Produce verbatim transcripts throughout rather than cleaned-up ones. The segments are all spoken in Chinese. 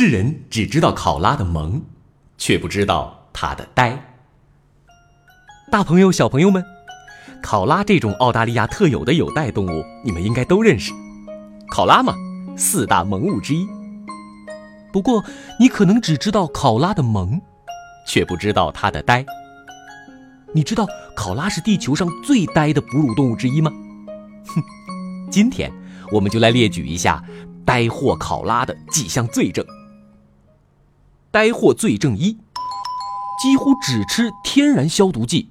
世人只知道考拉的萌，却不知道它的呆。大朋友小朋友们，考拉这种澳大利亚特有的有袋动物你们应该都认识，考拉嘛，四大萌物之一。不过你可能只知道考拉的萌，却不知道它的呆。你知道考拉是地球上最呆的哺乳动物之一吗？哼，今天我们就来列举一下呆货考拉的几项罪证。呆货罪证一，几乎只吃天然消毒剂。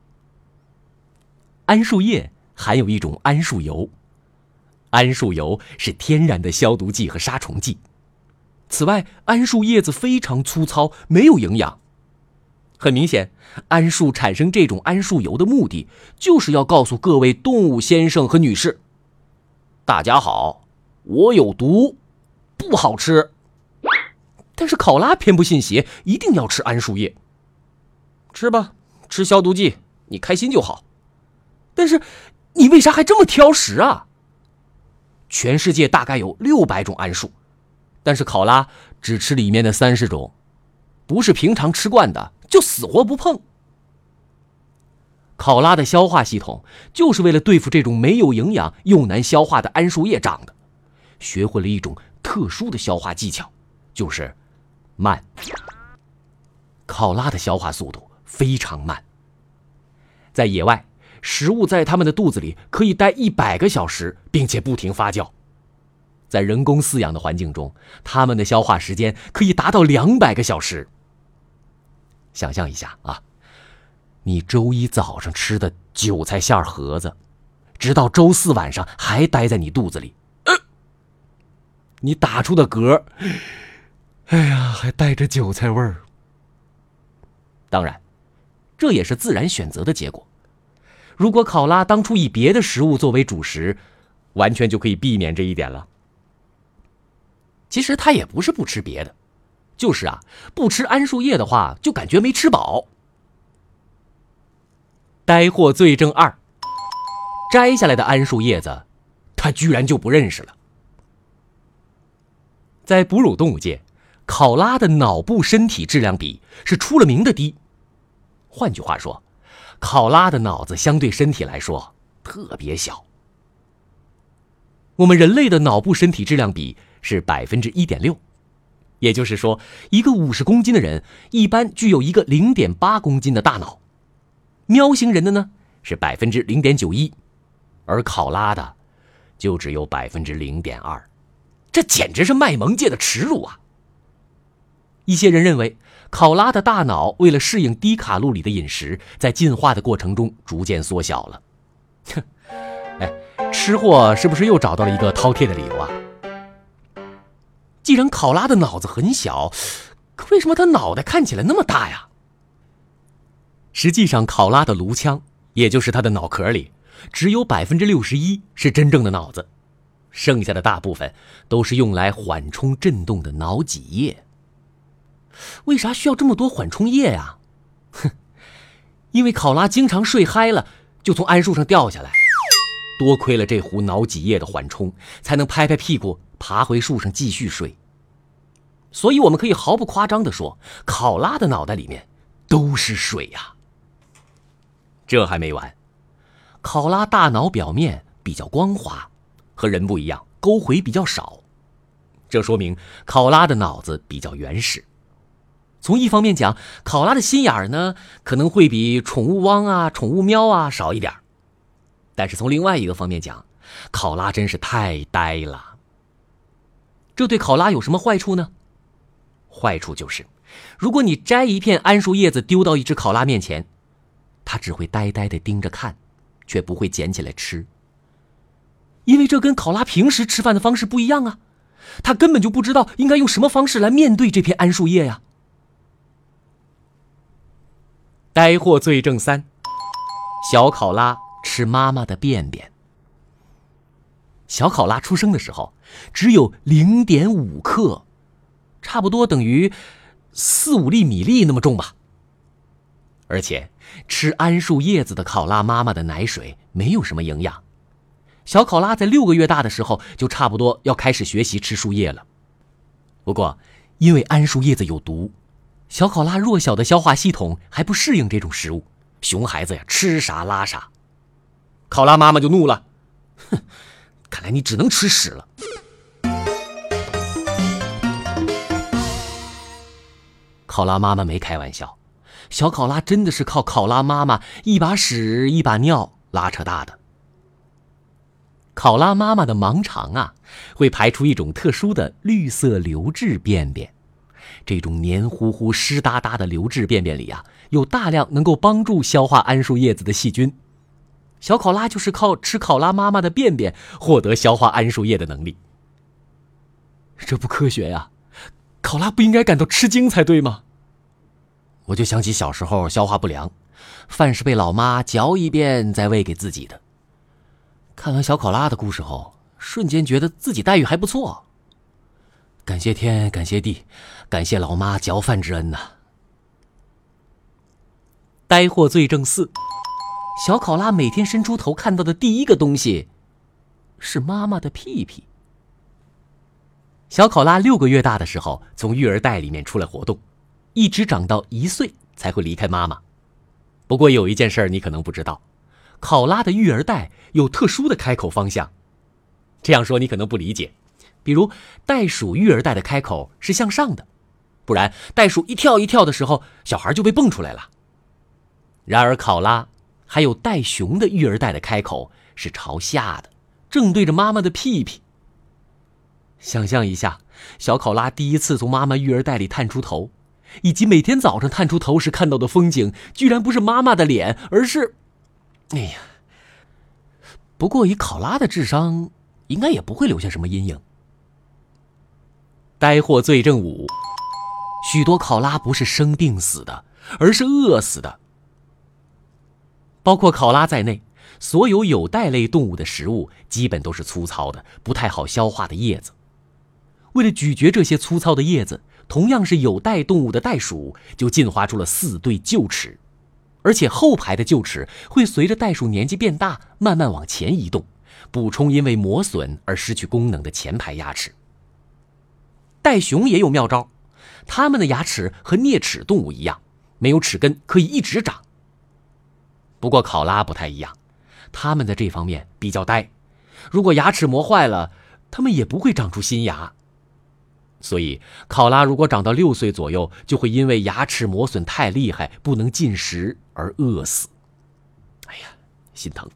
桉树叶含有一种桉树油，桉树油是天然的消毒剂和杀虫剂。此外，桉树叶子非常粗糙，没有营养。很明显，桉树产生这种桉树油的目的，就是要告诉各位动物先生和女士，大家好，我有毒，不好吃。但是考拉偏不信邪，一定要吃桉树叶。吃吧，吃消毒剂，你开心就好。但是你为啥还这么挑食啊？全世界大概有六百种桉树，但是考拉只吃里面的三十种，不是平常吃惯的就死活不碰。考拉的消化系统就是为了对付这种没有营养又难消化的桉树叶长的，学会了一种特殊的消化技巧，就是慢。考拉的消化速度非常慢，在野外，食物在它们的肚子里可以待一百个小时，并且不停发酵。在人工饲养的环境中，它们的消化时间可以达到两百个小时。想象一下啊，你周一早上吃的韭菜馅盒子，直到周四晚上还待在你肚子里，呃、你打出的嗝，哎呀，还带着韭菜味儿。当然，这也是自然选择的结果。如果考拉当初以别的食物作为主食，完全就可以避免这一点了。其实它也不是不吃别的，就是啊，不吃桉树叶的话，就感觉没吃饱。呆货罪证二，摘下来的桉树叶子，它居然就不认识了。在哺乳动物界，考拉的脑部身体质量比是出了名的低。换句话说，考拉的脑子相对身体来说特别小。我们人类的脑部身体质量比是 百分之一点六， 也就是说，一个五十公斤的人一般具有一个 零点八公斤的大脑。喵星人的呢是 百分之零点九一， 而考拉的就只有 百分之零点二， 这简直是卖萌界的耻辱啊！一些人认为，考拉的大脑为了适应低卡路里的饮食，在进化的过程中逐渐缩小了。哼，哎，吃货是不是又找到了一个饕餮的理由啊？既然考拉的脑子很小，可为什么它脑袋看起来那么大呀？实际上，考拉的颅腔，也就是它的脑壳里，只有 百分之六十一 是真正的脑子，剩下的大部分都是用来缓冲震动的脑脊液。为啥需要这么多缓冲液呀？哼，因为考拉经常睡嗨了就从桉树上掉下来，多亏了这壶脑脊液的缓冲，才能拍拍屁股爬回树上继续睡。所以我们可以毫不夸张地说，考拉的脑袋里面都是水呀。这还没完，考拉大脑表面比较光滑，和人不一样，沟回比较少。这说明考拉的脑子比较原始。从一方面讲，考拉的心眼儿呢，可能会比宠物汪啊、宠物喵啊少一点。但是从另外一个方面讲，考拉真是太呆了。这对考拉有什么坏处呢？坏处就是，如果你摘一片桉树叶子丢到一只考拉面前，它只会呆呆地盯着看，却不会捡起来吃。因为这跟考拉平时吃饭的方式不一样啊，它根本就不知道应该用什么方式来面对这片桉树叶呀。呆货罪证三，小考拉吃妈妈的便便。小考拉出生的时候只有 零点五克，差不多等于四五粒米粒那么重吧。而且吃桉树叶子的考拉妈妈的奶水没有什么营养，小考拉在六个月大的时候就差不多要开始学习吃树叶了。不过因为桉树叶子有毒，小考拉弱小的消化系统还不适应这种食物，熊孩子呀吃啥拉啥。考拉妈妈就怒了，哼，看来你只能吃屎了。考拉妈妈没开玩笑，小考拉真的是靠考拉妈妈一把屎一把尿拉扯大的。考拉妈妈的盲肠啊，会排出一种特殊的绿色流质便便。这种黏糊糊湿哒哒的流质便便里啊，有大量能够帮助消化桉树叶子的细菌。小考拉就是靠吃考拉妈妈的便便获得消化桉树叶的能力。这不科学呀！考拉不应该感到吃惊才对吗？我就想起小时候消化不良，饭是被老妈嚼一遍再喂给自己的。看完小考拉的故事后，瞬间觉得自己待遇还不错。感谢天，感谢地，感谢老妈嚼饭之恩呐、啊！呆货罪证四：小考拉每天伸出头看到的第一个东西是妈妈的屁屁。小考拉六个月大的时候，从育儿袋里面出来活动，一直长到一岁才会离开妈妈。不过有一件事你可能不知道，考拉的育儿袋有特殊的开口方向。这样说你可能不理解，比如袋鼠育儿袋的开口是向上的，不然袋鼠一跳一跳的时候，小孩就被蹦出来了。然而考拉还有袋熊的育儿袋的开口是朝下的，正对着妈妈的屁屁。想象一下，小考拉第一次从妈妈育儿袋里探出头，以及每天早上探出头时看到的风景，居然不是妈妈的脸，而是……哎呀，不过以考拉的智商，应该也不会留下什么阴影。呆货罪证五：许多考拉不是生病死的，而是饿死的。包括考拉在内，所有有袋类动物的食物基本都是粗糙的、不太好消化的叶子。为了咀嚼这些粗糙的叶子，同样是有袋动物的袋鼠就进化出了四对臼齿，而且后排的臼齿会随着袋鼠年纪变大慢慢往前移动，补充因为磨损而失去功能的前排牙齿。袋熊也有妙招，它们的牙齿和啮齿动物一样，没有齿根可以一直长。不过考拉不太一样，它们在这方面比较呆，如果牙齿磨坏了，它们也不会长出新牙。所以考拉如果长到六岁左右，就会因为牙齿磨损太厉害，不能进食而饿死。哎呀，心疼。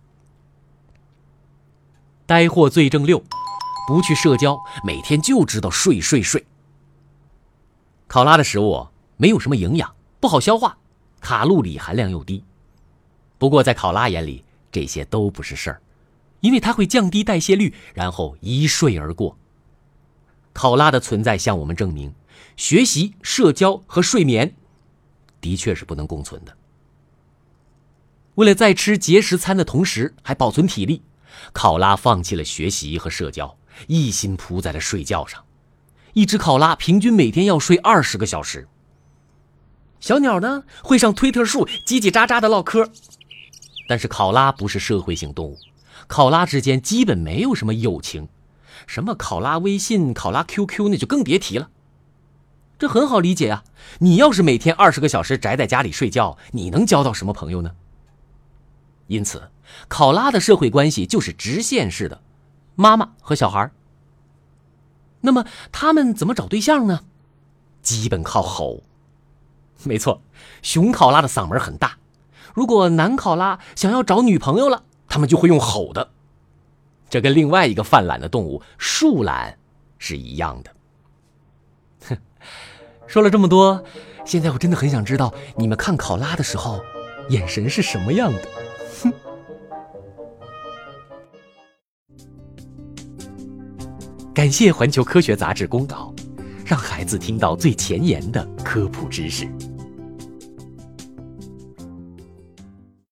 呆货罪证六：不去社交，每天就知道睡睡睡。考拉的食物没有什么营养，不好消化，卡路里含量又低。不过在考拉眼里，这些都不是事儿，因为它会降低代谢率，然后一睡而过。考拉的存在向我们证明，学习、社交和睡眠的确是不能共存的。为了在吃节食餐的同时还保存体力，考拉放弃了学习和社交，一心扑在了睡觉上。一只考拉平均每天要睡二十个小时。小鸟呢，会上推特树叽叽喳喳的唠嗑。但是考拉不是社会性动物，考拉之间基本没有什么友情，什么考拉微信、考拉 Q Q 那就更别提了。这很好理解啊，你要是每天二十个小时宅在家里睡觉，你能交到什么朋友呢？因此，考拉的社会关系就是直线式的，妈妈和小孩。那么他们怎么找对象呢？基本靠吼。没错，雄考拉的嗓门很大，如果男考拉想要找女朋友了，他们就会用吼的。这跟另外一个泛懒的动物树懒是一样的。哼，说了这么多，现在我真的很想知道你们看考拉的时候眼神是什么样的。哼。感谢环球科学杂志公稿，让孩子听到最前沿的科普知识。